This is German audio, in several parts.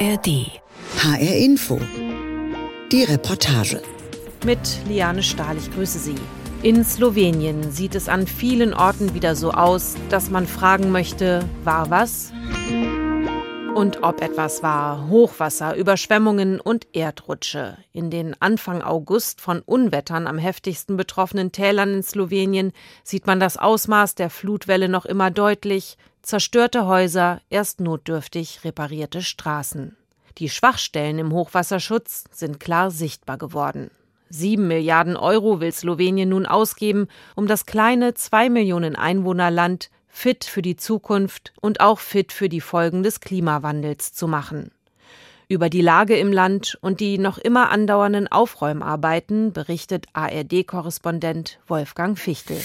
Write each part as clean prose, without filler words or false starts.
ARD. HR Info. Die Reportage. Mit Liane Stahl, ich grüße Sie. In Slowenien sieht es an vielen Orten wieder so aus, dass man fragen möchte, war was? Und ob etwas war. Hochwasser, Überschwemmungen und Erdrutsche. In den Anfang August von Unwettern am heftigsten betroffenen Tälern in Slowenien sieht man das Ausmaß der Flutwelle noch immer deutlich. Zerstörte Häuser, erst notdürftig reparierte Straßen. Die Schwachstellen im Hochwasserschutz sind klar sichtbar geworden. 7 Milliarden Euro will Slowenien nun ausgeben, um das kleine 2 Millionen Einwohnerland fit für die Zukunft und auch fit für die Folgen des Klimawandels zu machen. Über die Lage im Land und die noch immer andauernden Aufräumarbeiten berichtet ARD-Korrespondent Wolfgang Fichtel.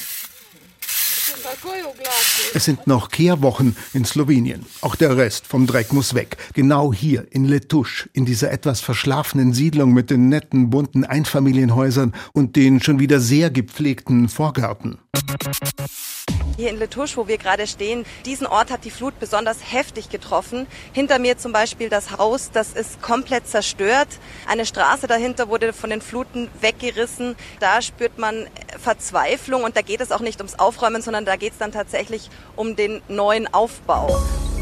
Es sind noch Kehrwochen in Slowenien. Auch der Rest vom Dreck muss weg. Genau hier in Letuš, in dieser etwas verschlafenen Siedlung mit den netten, bunten Einfamilienhäusern und den schon wieder sehr gepflegten Vorgärten. Hier in Letuš, wo wir gerade stehen, diesen Ort hat die Flut besonders heftig getroffen. Hinter mir zum Beispiel das Haus, das ist komplett zerstört. Eine Straße dahinter wurde von den Fluten weggerissen. Da spürt man Verzweiflung und da geht es auch nicht ums Aufräumen, sondern da geht es dann tatsächlich um den neuen Aufbau.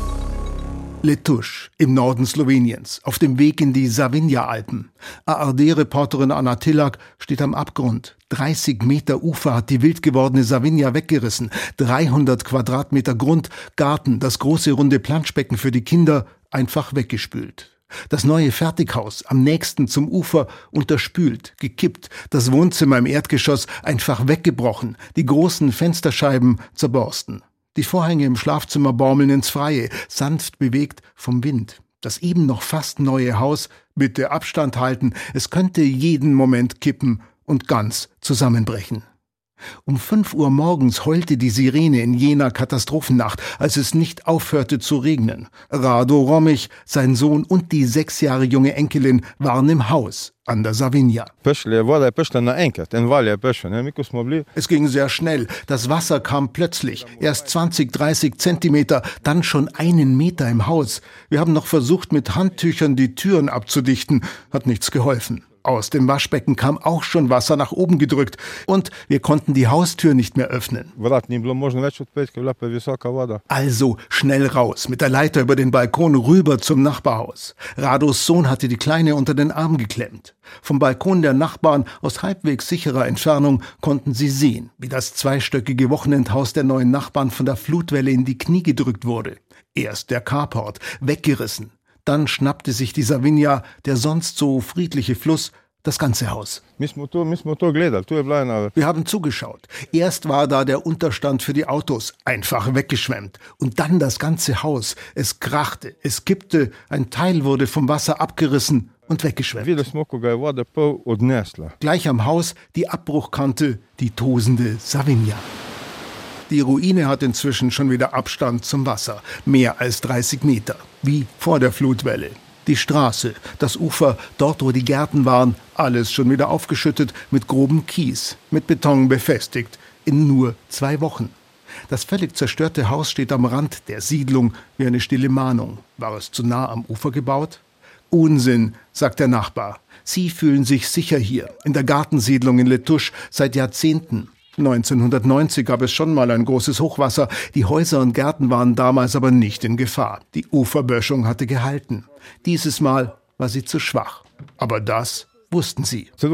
Letuš im Norden Sloweniens, auf dem Weg in die Savinja-Alpen. ARD-Reporterin Anna Tillak steht am Abgrund. 30 Meter Ufer hat die wild gewordene Savinja weggerissen. 300 Quadratmeter Grund, Garten, das große runde Planschbecken für die Kinder einfach weggespült. Das neue Fertighaus am nächsten zum Ufer unterspült, gekippt. Das Wohnzimmer im Erdgeschoss einfach weggebrochen. Die großen Fensterscheiben zerborsten. Die Vorhänge im Schlafzimmer baumeln ins Freie, sanft bewegt vom Wind. Das eben noch fast neue Haus, bitte Abstand halten, es könnte jeden Moment kippen und ganz zusammenbrechen. Um 5 Uhr morgens heulte die Sirene in jener Katastrophennacht, als es nicht aufhörte zu regnen. Rado Romich, sein Sohn und die 6 Jahre junge Enkelin waren im Haus an der Savinja. Es ging sehr schnell. Das Wasser kam plötzlich. Erst 20, 30 Zentimeter, dann schon 1 Meter im Haus. Wir haben noch versucht, mit Handtüchern die Türen abzudichten. Hat nichts geholfen. Aus dem Waschbecken kam auch schon Wasser nach oben gedrückt und wir konnten die Haustür nicht mehr öffnen. Also schnell raus, mit der Leiter über den Balkon rüber zum Nachbarhaus. Rados Sohn hatte die Kleine unter den Arm geklemmt. Vom Balkon der Nachbarn aus halbwegs sicherer Entfernung konnten sie sehen, wie das zweistöckige Wochenendhaus der neuen Nachbarn von der Flutwelle in die Knie gedrückt wurde. Erst der Carport, weggerissen. Dann schnappte sich die Savinja, der sonst so friedliche Fluss, das ganze Haus. Wir haben zugeschaut. Erst war da der Unterstand für die Autos, einfach weggeschwemmt. Und dann das ganze Haus. Es krachte, es kippte, ein Teil wurde vom Wasser abgerissen und weggeschwemmt. Gleich am Haus die Abbruchkante, die tosende Savinja. Die Ruine hat inzwischen schon wieder Abstand zum Wasser, mehr als 30 Meter, wie vor der Flutwelle. Die Straße, das Ufer, dort wo die Gärten waren, alles schon wieder aufgeschüttet mit grobem Kies, mit Beton befestigt, in nur 2 Wochen. Das völlig zerstörte Haus steht am Rand der Siedlung wie eine stille Mahnung. War es zu nah am Ufer gebaut? Unsinn, sagt der Nachbar. Sie fühlen sich sicher hier, in der Gartensiedlung in Letuš, seit Jahrzehnten. 1990 gab es schon mal ein großes Hochwasser. Die Häuser und Gärten waren damals aber nicht in Gefahr. Die Uferböschung hatte gehalten. Dieses Mal war sie zu schwach. Aber das wussten sie. Das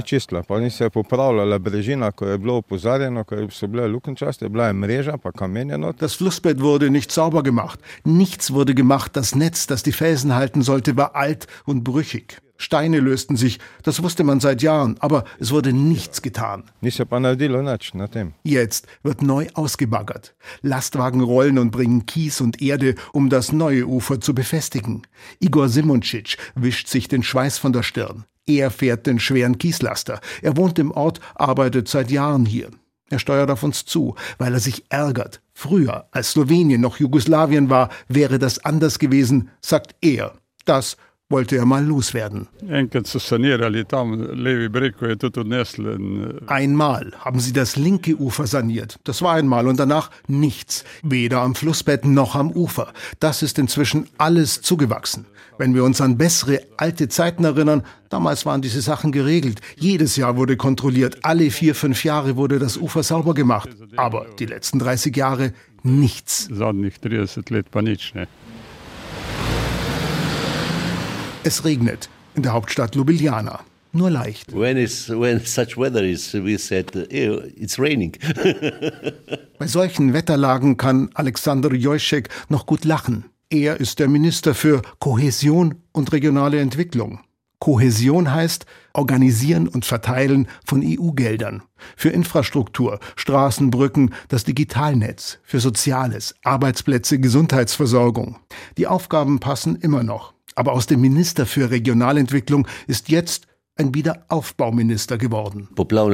Flussbett wurde nicht sauber gemacht. Nichts wurde gemacht. Das Netz, das die Felsen halten sollte, war alt und brüchig. Steine lösten sich, das wusste man seit Jahren, aber es wurde nichts getan. Jetzt wird neu ausgebaggert. Lastwagen rollen und bringen Kies und Erde, um das neue Ufer zu befestigen. Igor Simončić wischt sich den Schweiß von der Stirn. Er fährt den schweren Kieslaster. Er wohnt im Ort, arbeitet seit Jahren hier. Er steuert auf uns zu, weil er sich ärgert. Früher, als Slowenien noch Jugoslawien war, wäre das anders gewesen, sagt er. Das wollte er mal loswerden. Einmal haben sie das linke Ufer saniert. Das war einmal und danach nichts. Weder am Flussbett noch am Ufer. Das ist inzwischen alles zugewachsen. Wenn wir uns an bessere alte Zeiten erinnern, damals waren diese Sachen geregelt. Jedes Jahr wurde kontrolliert. Alle 4-5 Jahre wurde das Ufer sauber gemacht. Aber die letzten 30 Jahre nichts. Es regnet in der Hauptstadt Ljubljana. Nur leicht. When such weather is, we said, it's raining. Bei solchen Wetterlagen kann Alexander Jojcek noch gut lachen. Er ist der Minister für Kohäsion und regionale Entwicklung. Kohäsion heißt Organisieren und Verteilen von EU-Geldern. Für Infrastruktur, Straßen, Brücken, das Digitalnetz, für Soziales, Arbeitsplätze, Gesundheitsversorgung. Die Aufgaben passen immer noch. Aber aus dem Minister für Regionalentwicklung ist jetzt ein Wiederaufbauminister geworden.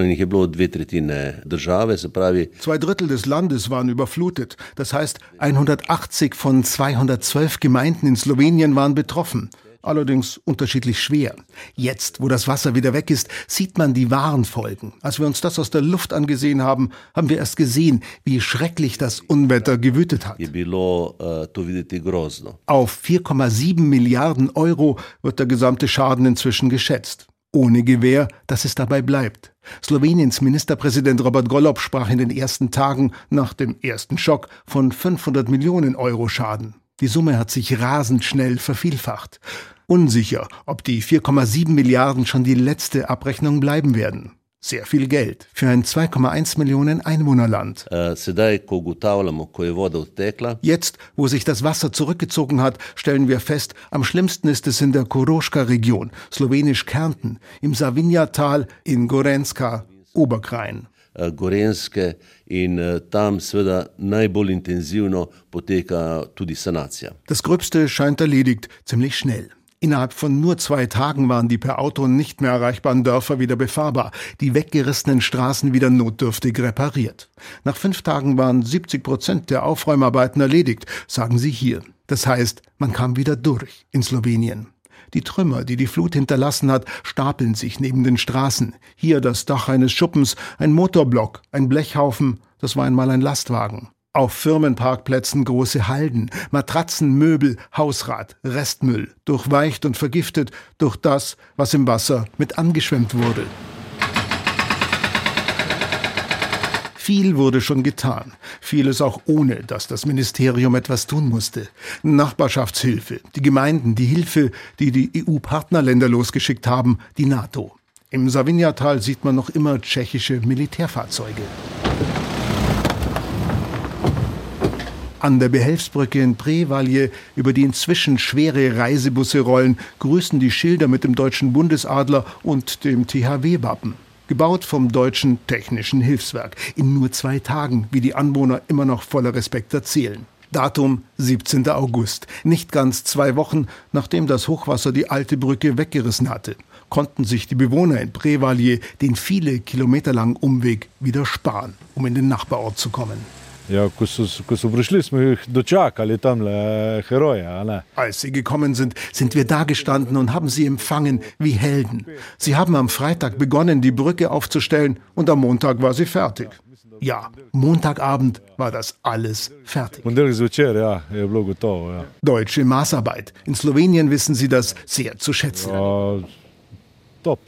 2/3 des Landes waren überflutet. Das heißt, 180 von 212 Gemeinden in Slowenien waren betroffen. Allerdings unterschiedlich schwer. Jetzt, wo das Wasser wieder weg ist, sieht man die wahren Folgen. Als wir uns das aus der Luft angesehen haben, haben wir erst gesehen, wie schrecklich das Unwetter gewütet hat. Auf 4,7 Milliarden Euro wird der gesamte Schaden inzwischen geschätzt. Ohne Gewähr, dass es dabei bleibt. Sloweniens Ministerpräsident Robert Golob sprach in den ersten Tagen nach dem ersten Schock von 500 Millionen Euro Schaden. Die Summe hat sich rasend schnell vervielfacht. Unsicher, ob die 4,7 Milliarden schon die letzte Abrechnung bleiben werden. Sehr viel Geld für ein 2,1 Millionen Einwohnerland. Jetzt, wo sich das Wasser zurückgezogen hat, stellen wir fest, am schlimmsten ist es in der Koroška-Region, slowenisch Kärnten, im Savinja-Tal, in Gorenjska, Oberkrain. Gorenjske in tam seveda najbolj intenzivno poteka tudi sanacija. Das Gröbste scheint erledigt, ziemlich schnell. Innerhalb von nur 2 Tagen waren die per Auto nicht mehr erreichbaren Dörfer wieder befahrbar, die weggerissenen Straßen wieder notdürftig repariert. Nach 5 Tagen waren 70% der Aufräumarbeiten erledigt, sagen sie hier. Das heißt, man kam wieder durch in Slowenien. Die Trümmer, die die Flut hinterlassen hat, stapeln sich neben den Straßen. Hier das Dach eines Schuppens, ein Motorblock, ein Blechhaufen, das war einmal ein Lastwagen. Auf Firmenparkplätzen große Halden, Matratzen, Möbel, Hausrat, Restmüll, durchweicht und vergiftet durch das, was im Wasser mit angeschwemmt wurde. Viel wurde schon getan, vieles auch ohne, dass das Ministerium etwas tun musste. Nachbarschaftshilfe, die Gemeinden, die Hilfe, die die EU-Partnerländer losgeschickt haben, die NATO. Im Savinja-Tal sieht man noch immer tschechische Militärfahrzeuge. An der Behelfsbrücke in Prevalje, über die inzwischen schwere Reisebusse rollen, grüßen die Schilder mit dem deutschen Bundesadler und dem THW-Wappen. Gebaut vom Deutschen Technischen Hilfswerk. In nur 2 Tagen, wie die Anwohner immer noch voller Respekt erzählen. Datum 17. August. Nicht ganz 2 Wochen, nachdem das Hochwasser die alte Brücke weggerissen hatte, konnten sich die Bewohner in Prevalje den viele Kilometer langen Umweg wieder sparen, um in den Nachbarort zu kommen. Als sie gekommen sind, sind wir dagestanden und haben sie empfangen wie Helden. Sie haben am Freitag begonnen, die Brücke aufzustellen und am Montag war sie fertig. Ja, Montagabend war das alles fertig. Deutsche Maßarbeit. In Slowenien wissen sie das sehr zu schätzen. Top.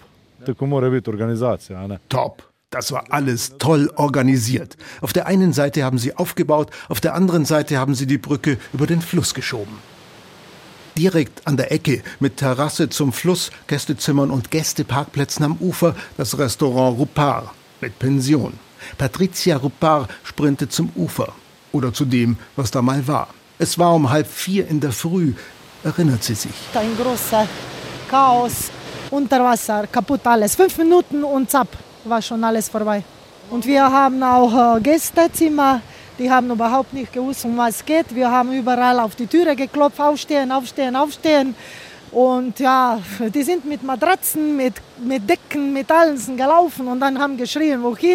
Top. Das war alles toll organisiert. Auf der einen Seite haben sie aufgebaut, auf der anderen Seite haben sie die Brücke über den Fluss geschoben. Direkt an der Ecke, mit Terrasse zum Fluss, Gästezimmern und Gästeparkplätzen am Ufer, das Restaurant Rupar mit Pension. Patricia Rupar sprintet zum Ufer oder zu dem, was da mal war. Es war um 3:30 in der Früh, erinnert sie sich. Ein großer Chaos, unter Wasser, kaputt alles. 5 Minuten und zapp. War schon alles vorbei. Und wir haben auch Gästezimmer, die haben überhaupt nicht gewusst, um was es geht. Wir haben überall auf die Türe geklopft, aufstehen, aufstehen, aufstehen. Und ja, die sind mit Matratzen, mit Decken, mit allem gelaufen und dann haben geschrien, wohin.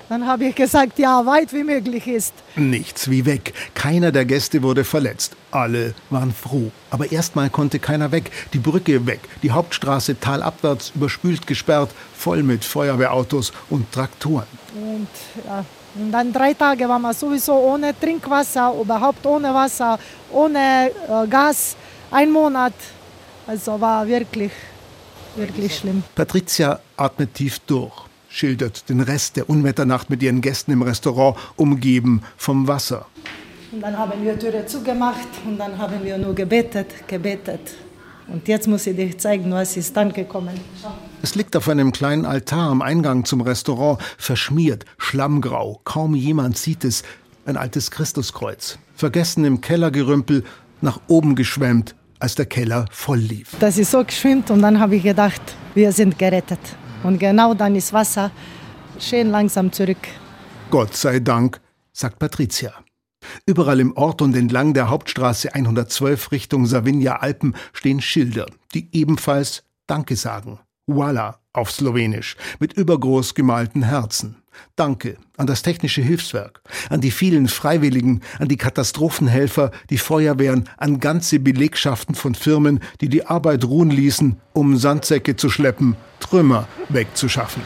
Dann habe ich gesagt, ja, weit wie möglich ist. Nichts wie weg. Keiner der Gäste wurde verletzt. Alle waren froh. Aber erstmal konnte keiner weg. Die Brücke weg. Die Hauptstraße talabwärts überspült gesperrt, voll mit Feuerwehrautos und Traktoren. Und dann 3 Tage waren wir sowieso ohne Trinkwasser, überhaupt ohne Wasser, ohne Gas. 1 Monat. Also war wirklich schlimm. Patricia atmet tief durch, schildert den Rest der Unwetternacht mit ihren Gästen im Restaurant, umgeben vom Wasser. Und dann haben wir die Türe zugemacht und dann haben wir nur gebetet. Und jetzt muss ich dir zeigen, was ist dann gekommen. Schau. Es liegt auf einem kleinen Altar am Eingang zum Restaurant, verschmiert, schlammgrau. Kaum jemand sieht es. Ein altes Christuskreuz. Vergessen im Kellergerümpel, nach oben geschwemmt, als der Keller voll lief. Das ist so geschwimmt und dann habe ich gedacht, wir sind gerettet. Und genau dann ist Wasser schön langsam zurück. Gott sei Dank, sagt Patricia. Überall im Ort und entlang der Hauptstraße 112 Richtung Savinja-Alpen stehen Schilder, die ebenfalls Danke sagen. Hvala auf Slowenisch, mit übergroß gemalten Herzen. Danke an das Technische Hilfswerk, an die vielen Freiwilligen, an die Katastrophenhelfer, die Feuerwehren, an ganze Belegschaften von Firmen, die die Arbeit ruhen ließen, um Sandsäcke zu schleppen, Trümmer wegzuschaffen.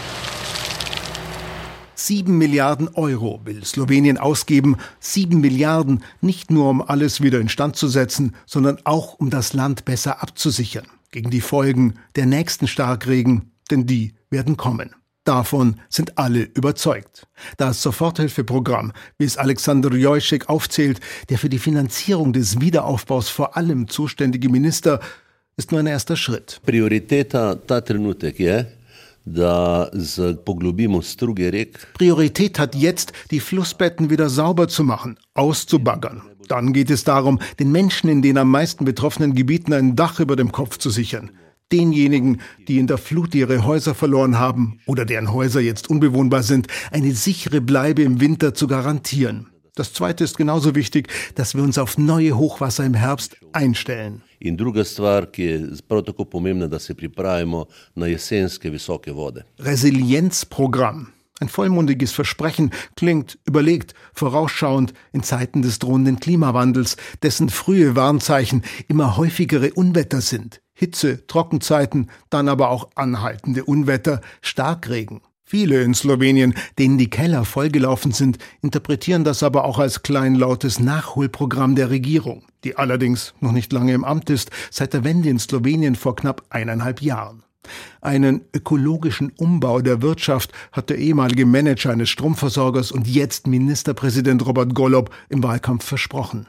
7 Milliarden Euro will Slowenien ausgeben. 7 Milliarden nicht nur, um alles wieder instand zu setzen, sondern auch, um das Land besser abzusichern. Gegen die Folgen der nächsten Starkregen, denn die werden kommen. Davon sind alle überzeugt. Das Soforthilfeprogramm, wie es Alexander Jojcek aufzählt, der für die Finanzierung des Wiederaufbaus vor allem zuständige Minister, ist nur ein erster Schritt. Priorität hat jetzt, die Flussbetten wieder sauber zu machen, auszubaggern. Dann geht es darum, den Menschen in den am meisten betroffenen Gebieten ein Dach über dem Kopf zu sichern. Denjenigen, die in der Flut ihre Häuser verloren haben oder deren Häuser jetzt unbewohnbar sind, eine sichere Bleibe im Winter zu garantieren. Das Zweite ist genauso wichtig, dass wir uns auf neue Hochwasser im Herbst einstellen. In druga stvar, ki je prav tako pomembna, da se pripravimo na jesenske visoke vode. Resilienzprogramm. Ein vollmundiges Versprechen, klingt überlegt, vorausschauend in Zeiten des drohenden Klimawandels, dessen frühe Warnzeichen immer häufigere Unwetter sind. Hitze, Trockenzeiten, dann aber auch anhaltende Unwetter, Starkregen. Viele in Slowenien, denen die Keller vollgelaufen sind, interpretieren das aber auch als kleinlautes Nachholprogramm der Regierung, die allerdings noch nicht lange im Amt ist, seit der Wende in Slowenien vor knapp 1,5 Jahren. Einen ökologischen Umbau der Wirtschaft hat der ehemalige Manager eines Stromversorgers und jetzt Ministerpräsident Robert Golob im Wahlkampf versprochen.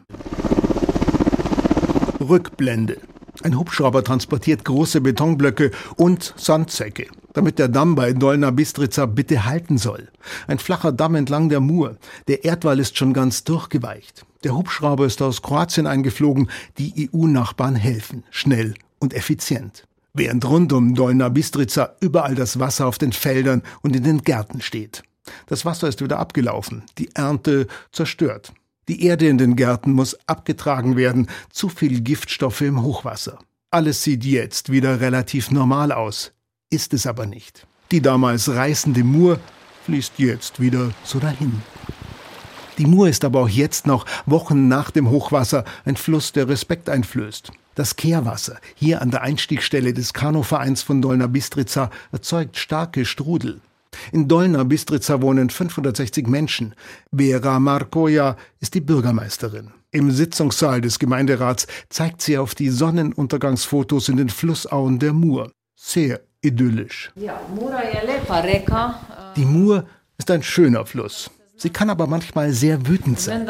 Rückblende. Ein Hubschrauber transportiert große Betonblöcke und Sandsäcke, damit der Damm bei Dolna Bistrica bitte halten soll. Ein flacher Damm entlang der Mur. Der Erdwall ist schon ganz durchgeweicht. Der Hubschrauber ist aus Kroatien eingeflogen. Die EU-Nachbarn helfen, schnell und effizient. Während rund um Dolna Bistrica überall das Wasser auf den Feldern und in den Gärten steht. Das Wasser ist wieder abgelaufen, die Ernte zerstört. Die Erde in den Gärten muss abgetragen werden, zu viel Giftstoffe im Hochwasser. Alles sieht jetzt wieder relativ normal aus, ist es aber nicht. Die damals reißende Mur fließt jetzt wieder so dahin. Die Mur ist aber auch jetzt noch, Wochen nach dem Hochwasser, ein Fluss, der Respekt einflößt. Das Kehrwasser, hier an der Einstiegsstelle des Kanuvereins von Dolna Bistrica, erzeugt starke Strudel. In Dolna Bistrica wohnen 560 Menschen. Vera Markoja ist die Bürgermeisterin. Im Sitzungssaal des Gemeinderats zeigt sie auf die Sonnenuntergangsfotos in den Flussauen der Mur. Sehr idyllisch. Die Mur ist ein schöner Fluss. Sie kann aber manchmal sehr wütend sein.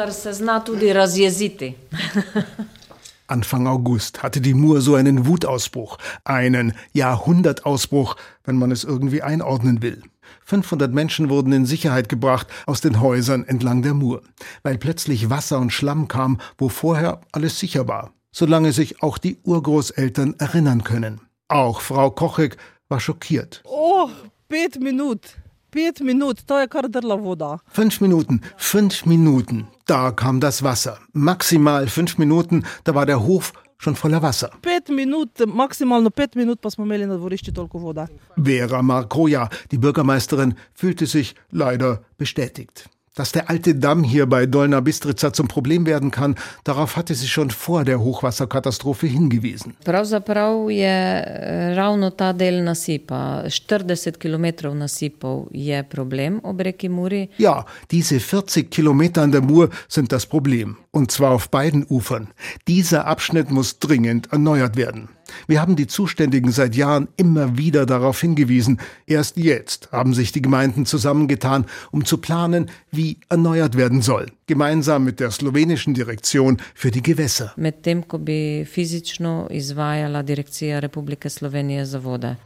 Anfang August hatte die Mur so einen Wutausbruch, einen Jahrhundertausbruch, wenn man es irgendwie einordnen will. 500 Menschen wurden in Sicherheit gebracht aus den Häusern entlang der Mur, weil plötzlich Wasser und Schlamm kam, wo vorher alles sicher war, solange sich auch die Urgroßeltern erinnern können. Auch Frau Kochek war schockiert. 5 Minuten. 5 Minuten, to je kar drla voda. 5 Minuten, da kam das Wasser. Maximal 5 Minuten, da war der Hof schon voller Wasser. 5 minut, maximalno 5 minut, pa smo imeli na dvorišču toliko voda. Vera Markoja, die Bürgermeisterin, fühlte sich leider bestätigt. Dass der alte Damm hier bei Dolna Bistrica zum Problem werden kann, darauf hatte sie schon vor der Hochwasserkatastrophe hingewiesen. Pravzaprav je ravno ta del nasipa, 40 kilometrov nasipov je problem ob reki Muri. Ja, diese 40 Kilometer an der Mur sind das Problem. Und zwar auf beiden Ufern. Dieser Abschnitt muss dringend erneuert werden. Wir haben die Zuständigen seit Jahren immer wieder darauf hingewiesen. Erst jetzt haben sich die Gemeinden zusammengetan, um zu planen, wie erneuert werden soll. Gemeinsam mit der slowenischen Direktion für die Gewässer. Medtem ko bi fizično izvajala Direkcija Republike Slovenije za vode.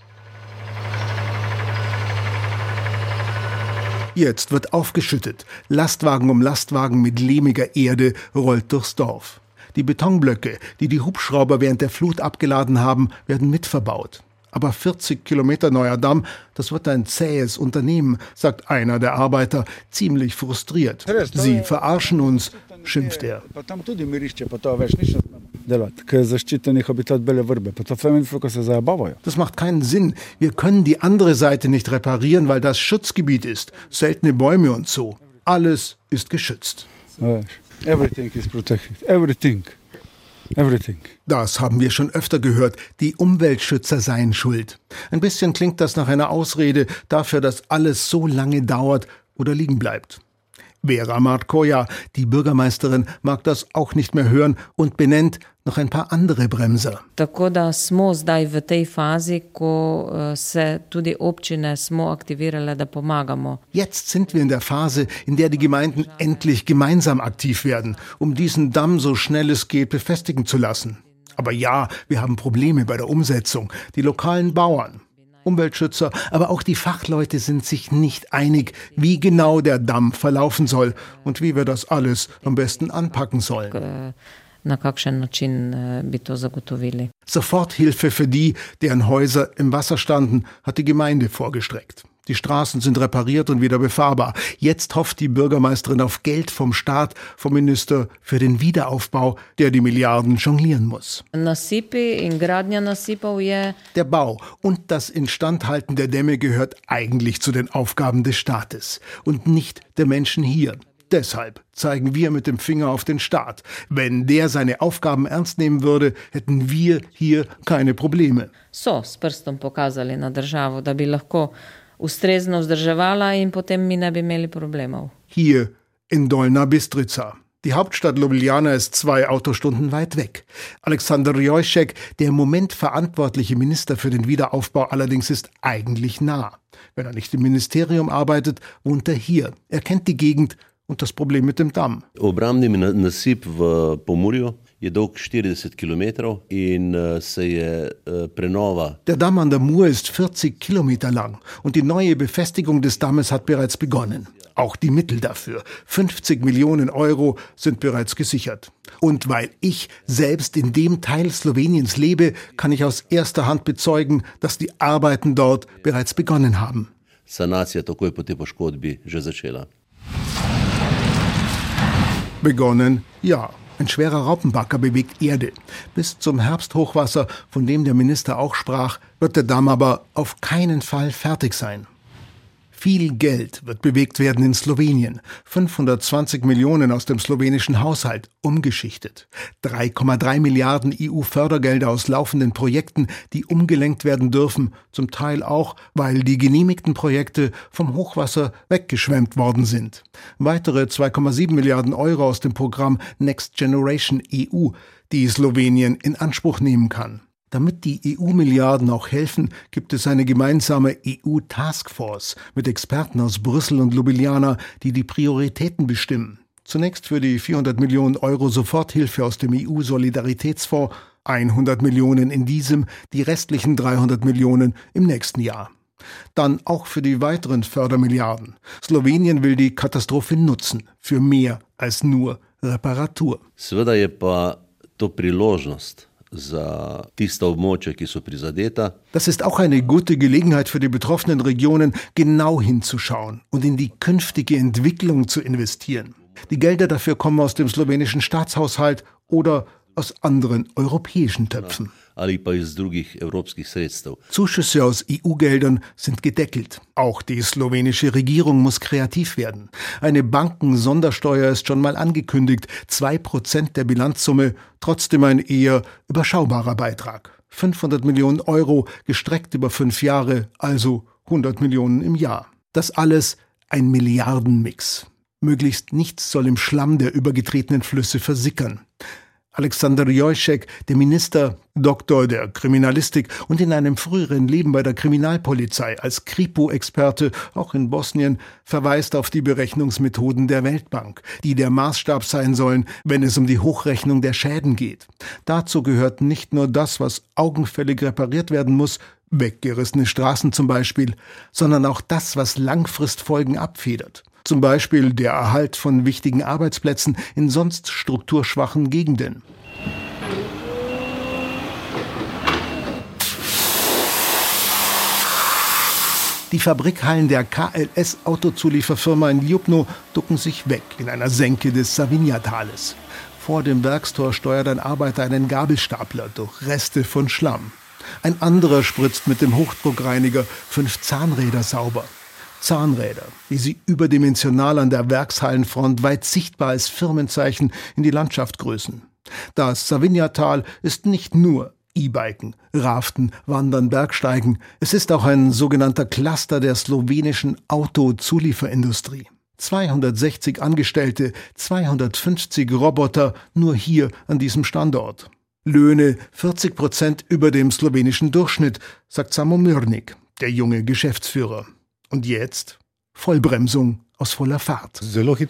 Jetzt wird aufgeschüttet. Lastwagen um Lastwagen mit lehmiger Erde rollt durchs Dorf. Die Betonblöcke, die die Hubschrauber während der Flut abgeladen haben, werden mitverbaut. Aber 40 Kilometer neuer Damm, das wird ein zähes Unternehmen, sagt einer der Arbeiter, ziemlich frustriert. Sie verarschen uns, schimpft er. Das macht keinen Sinn. Wir können die andere Seite nicht reparieren, weil das Schutzgebiet ist. Seltene Bäume und so. Alles ist geschützt. Everything is protected. Everything. Das haben wir schon öfter gehört. Die Umweltschützer seien schuld. Ein bisschen klingt das nach einer Ausrede dafür, dass alles so lange dauert oder liegen bleibt. Vera Markoja, die Bürgermeisterin, mag das auch nicht mehr hören und benennt noch ein paar andere Bremser. Tako da smo zdaj v tej fazi, ko se tudi občine smo aktivirale, da pomagamo. Jetzt sind wir in der Phase, in der die Gemeinden endlich gemeinsam aktiv werden, um diesen Damm so schnell es geht befestigen zu lassen. Aber ja, wir haben Probleme bei der Umsetzung. Die lokalen Bauern, Umweltschützer, aber auch die Fachleute sind sich nicht einig, wie genau der Damm verlaufen soll und wie wir das alles am besten anpacken sollen. Na kakšen način bi to zagotovili. Soforthilfe für die, deren Häuser im Wasser standen, hat die Gemeinde vorgestreckt. Die Straßen sind repariert und wieder befahrbar. Jetzt hofft die Bürgermeisterin auf Geld vom Staat, vom Minister für den Wiederaufbau, der die Milliarden jonglieren muss. Nasipi in gradnja nasipov je. Der Bau und das Instandhalten der Dämme gehört eigentlich zu den Aufgaben des Staates und nicht der Menschen hier. Deshalb zeigen wir mit dem Finger auf den Staat. Wenn der seine Aufgaben ernst nehmen würde, hätten wir hier keine Probleme. So s prstom pokazali na državo, da bi lahko ustrezno vzdrževala in potem mi ne bi imeli problemov. Hier in Dolna Bistrica. Die Hauptstadt Ljubljana ist 2 Autostunden weit weg. Alexander Jojšek, der im Moment verantwortliche Minister für den Wiederaufbau, allerdings ist eigentlich nah. Wenn er nicht im Ministerium arbeitet, wohnt er hier. Er kennt die Gegend und das Problem mit dem Damm. Obrambni nasip v Pomurju je dolg 40 Kilometrov in se je prenova. Der Damm an der Mur ist 40 Kilometer lang und die neue Befestigung des Dammes hat bereits begonnen. Auch die Mittel dafür, 50 Millionen Euro, sind bereits gesichert. Und weil ich selbst in dem Teil Sloweniens lebe, kann ich aus erster Hand bezeugen, dass die Arbeiten dort bereits begonnen haben. Sanacija takoj po tej poškodbi že začela. Begonnen, ja. Ein schwerer Raupenbagger bewegt Erde. Bis zum Herbsthochwasser, von dem der Minister auch sprach, wird der Damm aber auf keinen Fall fertig sein. Viel Geld wird bewegt werden in Slowenien. 520 Millionen aus dem slowenischen Haushalt, umgeschichtet. 3,3 Milliarden EU-Fördergelder aus laufenden Projekten, die umgelenkt werden dürfen. Zum Teil auch, weil die genehmigten Projekte vom Hochwasser weggeschwemmt worden sind. Weitere 2,7 Milliarden Euro aus dem Programm Next Generation EU, die Slowenien in Anspruch nehmen kann. Damit die EU-Milliarden auch helfen, gibt es eine gemeinsame EU-Taskforce mit Experten aus Brüssel und Ljubljana, die die Prioritäten bestimmen. Zunächst für die 400 Millionen Euro Soforthilfe aus dem EU-Solidaritätsfonds, 100 Millionen in diesem, die restlichen 300 Millionen im nächsten Jahr. Dann auch für die weiteren Fördermilliarden. Slowenien will die Katastrophe nutzen, für mehr als nur Reparatur. Seveda je pa to priložnost za tista območja, ki so prizadeta. Das ist auch eine gute Gelegenheit für die betroffenen Regionen, genau hinzuschauen und in die künftige Entwicklung zu investieren. Die Gelder dafür kommen aus dem slowenischen Staatshaushalt oder aus anderen europäischen Töpfen. Zuschüsse aus EU-Geldern sind gedeckelt. Auch die slowenische Regierung muss kreativ werden. Eine Bankensondersteuer ist schon mal angekündigt, 2% der Bilanzsumme, trotzdem ein eher überschaubarer Beitrag. 500 Millionen Euro, gestreckt über 5 Jahre, also 100 Millionen im Jahr. Das alles ein Milliardenmix. Möglichst nichts soll im Schlamm der übergetretenen Flüsse versickern. Alexander Jojsek, der Minister, Doktor der Kriminalistik und in einem früheren Leben bei der Kriminalpolizei als Kripo-Experte, auch in Bosnien, verweist auf die Berechnungsmethoden der Weltbank, die der Maßstab sein sollen, wenn es um die Hochrechnung der Schäden geht. Dazu gehört nicht nur das, was augenfällig repariert werden muss, weggerissene Straßen zum Beispiel, sondern auch das, was Langfristfolgen abfedert. Zum Beispiel der Erhalt von wichtigen Arbeitsplätzen in sonst strukturschwachen Gegenden. Die Fabrikhallen der KLS-Autozulieferfirma in Ljubno ducken sich weg in einer Senke des Savinja-Tales. Vor dem Werkstor steuert ein Arbeiter einen Gabelstapler durch Reste von Schlamm. Ein anderer spritzt mit dem Hochdruckreiniger 5 Zahnräder sauber. Zahnräder, wie sie überdimensional an der Werkshallenfront weit sichtbar als Firmenzeichen in die Landschaft grüßen. Das Savinja-Tal ist nicht nur E-Biken, Raften, Wandern, Bergsteigen. Es ist auch ein sogenannter Cluster der slowenischen Autozulieferindustrie. 260 Angestellte, 250 Roboter nur hier an diesem Standort. Löhne 40% über dem slowenischen Durchschnitt, sagt Samo Mirnik, der junge Geschäftsführer. Und jetzt Vollbremsung aus voller Fahrt.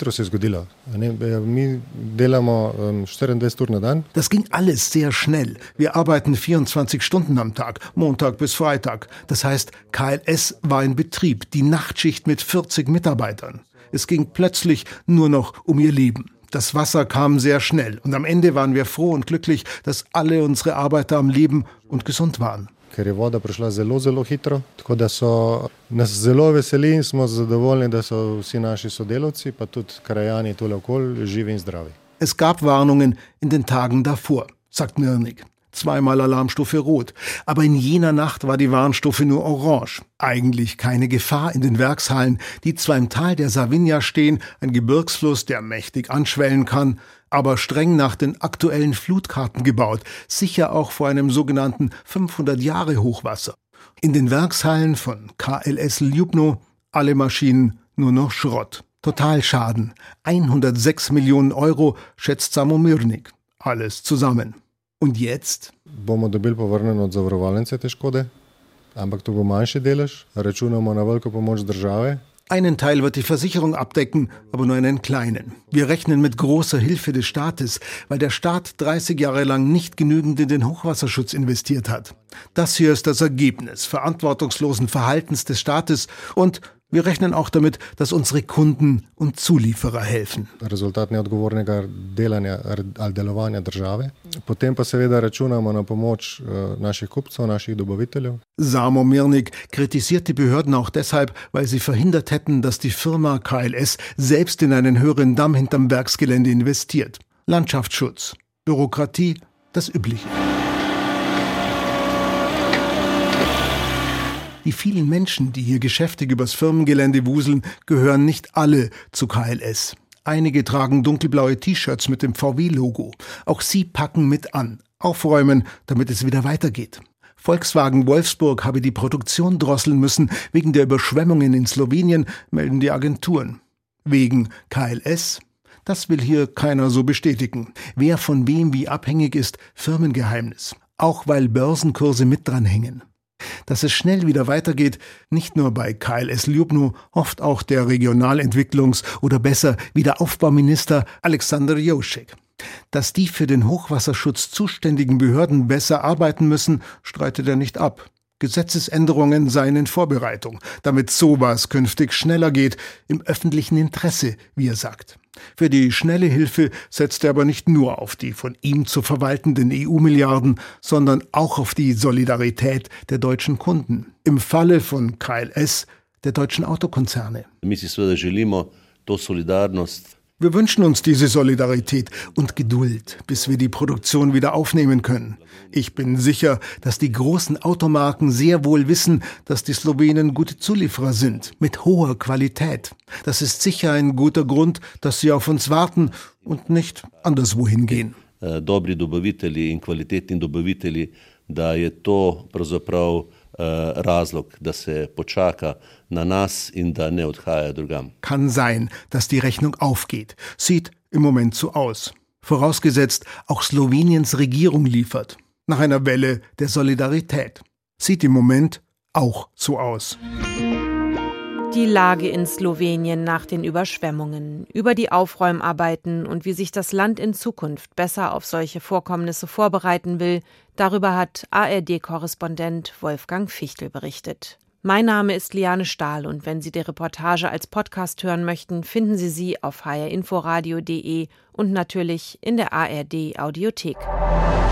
Das ging alles sehr schnell. Wir arbeiten 24 Stunden am Tag, Montag bis Freitag. Das heißt, KLS war in Betrieb, die Nachtschicht mit 40 Mitarbeitern. Es ging plötzlich nur noch um ihr Leben. Das Wasser kam sehr schnell und am Ende waren wir froh und glücklich, dass alle unsere Arbeiter am Leben und gesund waren. Ker je voda prišla zelo, zelo hitro, tako da so nas zelo veseli in smo zadovoljni, da so vsi naši sodelavci, pa tudi krajani tule okoli, živi in zdravi. Es gab Warnungen in den Tagen davor, sagt Mirnik. 2-mal Alarmstufe Rot. Aber in jener Nacht war die Warnstufe nur Orange. Eigentlich keine Gefahr in den Werkshallen, die zwar im Tal der Savinja stehen, ein Gebirgsfluss, der mächtig anschwellen kann, aber streng nach den aktuellen Flutkarten gebaut, sicher auch vor einem sogenannten 500-Jahre-Hochwasser. In den Werkshallen von KLS Ljubno alle Maschinen nur noch Schrott. Totalschaden 106 Millionen Euro, schätzt Samo Mirnik. Alles zusammen. Und jetzt? Bomo dobili povrnjeno od zavarovalnice te škode, ampak to bo manjši delež, računamo na veliko pomoč države. Einen Teil wird die Versicherung abdecken, aber nur einen kleinen. Wir rechnen mit großer Hilfe des Staates, weil der Staat 30 Jahre lang nicht genügend in den Hochwasserschutz investiert hat. Das hier ist das Ergebnis verantwortungslosen Verhaltens des Staates und wir rechnen auch damit, dass unsere Kunden und Zulieferer helfen. Rezultat neodgovornega delanja ali delovanja države. Potem pa seveda računamo na pomoč naših kupcev, naših dobaviteljev. Samo Mirnik kritisiert die Behörden auch deshalb, weil sie verhindert hätten, dass die Firma KLS selbst in einen höheren Damm hinterm Werksgelände investiert. Landschaftsschutz, Bürokratie, das Übliche. Die vielen Menschen, die hier geschäftig übers Firmengelände wuseln, gehören nicht alle zu KLS. Einige tragen dunkelblaue T-Shirts mit dem VW-Logo. Auch sie packen mit an, aufräumen, damit es wieder weitergeht. Volkswagen Wolfsburg habe die Produktion drosseln müssen wegen der Überschwemmungen in Slowenien, melden die Agenturen. Wegen KLS? Das will hier keiner so bestätigen. Wer von wem wie abhängig ist, Firmengeheimnis. Auch weil Börsenkurse mit dranhängen. Dass es schnell wieder weitergeht, nicht nur bei KLS Ljubno, hofft auch der Regionalentwicklungs- oder besser Wiederaufbauminister Alexander Jojsek. Dass die für den Hochwasserschutz zuständigen Behörden besser arbeiten müssen, streitet er nicht ab. Gesetzesänderungen seien in Vorbereitung, damit sowas künftig schneller geht, im öffentlichen Interesse, wie er sagt. Für die schnelle Hilfe setzt er aber nicht nur auf die von ihm zu verwaltenden EU-Milliarden, sondern auch auf die Solidarität der deutschen Kunden. Im Falle von KLS, der deutschen Autokonzerne. Mi si seveda želimo to solidarnost Wir wünschen uns diese Solidarität und Geduld, bis wir die Produktion wieder aufnehmen können. Ich bin sicher, dass die großen Automarken sehr wohl wissen, dass die Slowenen gute Zulieferer sind, mit hoher Qualität. Das ist sicher ein guter Grund, dass sie auf uns warten und nicht anderswo hingehen. Dobri dobavitelji in kvalitetni dobavitelji, da je to pravzaprav razlog, da se počaka na nas in da ne odhaja drugam. Kann sein, dass die Rechnung aufgeht. Sieht im Moment so aus. Vorausgesetzt, auch Sloweniens Regierung liefert. Nach einer Welle der Solidarität. Sieht im Moment auch so aus. Die Lage in Slowenien nach den Überschwemmungen, über die Aufräumarbeiten und wie sich das Land in Zukunft besser auf solche Vorkommnisse vorbereiten will, darüber hat ARD-Korrespondent Wolfgang Fichtel berichtet. Mein Name ist Liane Stahl und wenn Sie die Reportage als Podcast hören möchten, finden Sie sie auf hrinforadio.de und natürlich in der ARD-Audiothek.